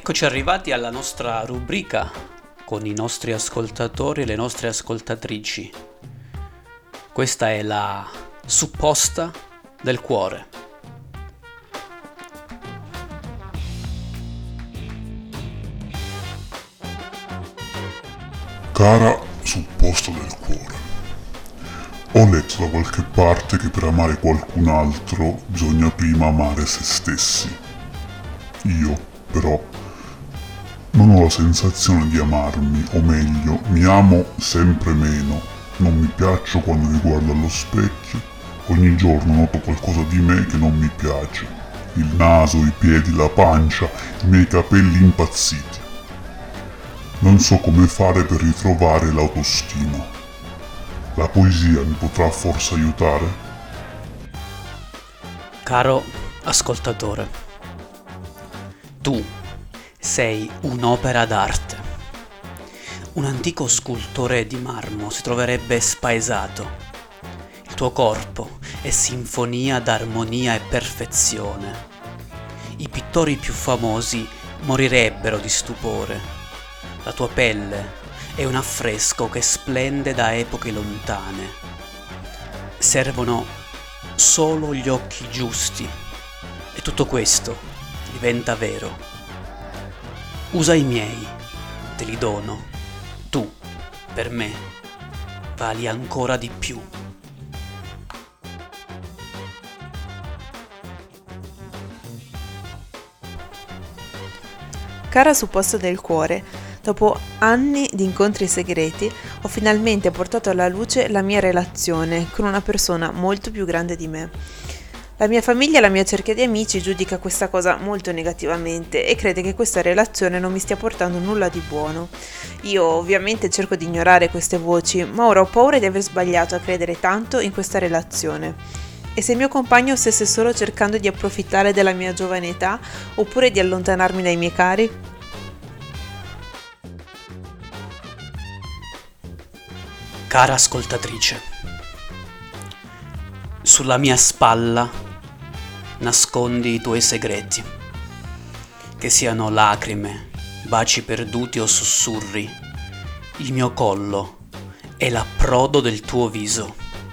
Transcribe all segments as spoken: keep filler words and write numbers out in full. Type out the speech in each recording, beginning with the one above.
Eccoci arrivati alla nostra rubrica con i nostri ascoltatori e le nostre ascoltatrici. Questa è la supposta del cuore. Cara supposta del cuore, ho letto da qualche parte che per amare qualcun altro bisogna prima amare se stessi. Io, però, non ho la sensazione di amarmi, o meglio, mi amo sempre meno. Non mi piaccio quando mi guardo allo specchio. Ogni giorno noto qualcosa di me che non mi piace. Il naso, i piedi, la pancia, i miei capelli impazziti. Non so come fare per ritrovare l'autostima. La poesia mi potrà forse aiutare? Caro ascoltatore, tu sei un'opera d'arte. Un antico scultore di marmo si troverebbe spaesato. Il tuo corpo è sinfonia d'armonia e perfezione. I pittori più famosi morirebbero di stupore. La tua pelle è un affresco che splende da epoche lontane. Servono solo gli occhi giusti e tutto questo diventa vero. Usa i miei, te li dono. Tu, per me, vali ancora di più. Cara supposta del cuore, dopo anni di incontri segreti, ho finalmente portato alla luce la mia relazione con una persona molto più grande di me. La mia famiglia e la mia cerchia di amici giudica questa cosa molto negativamente e crede che questa relazione non mi stia portando nulla di buono. Io ovviamente cerco di ignorare queste voci, ma ora ho paura di aver sbagliato a credere tanto in questa relazione. E se il mio compagno stesse solo cercando di approfittare della mia giovane età oppure di allontanarmi dai miei cari? Cara ascoltatrice, sulla mia spalla nascondi i tuoi segreti, che siano lacrime, baci perduti o sussurri. Il mio collo è l'approdo del tuo viso.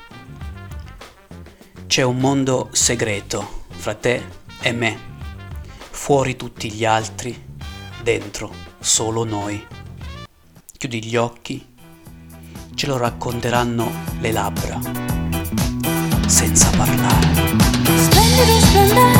C'è un mondo segreto fra te e me, fuori tutti gli altri, dentro solo noi. Chiudi gli occhi, ce lo racconteranno le labbra, senza parlare. Splendido splendere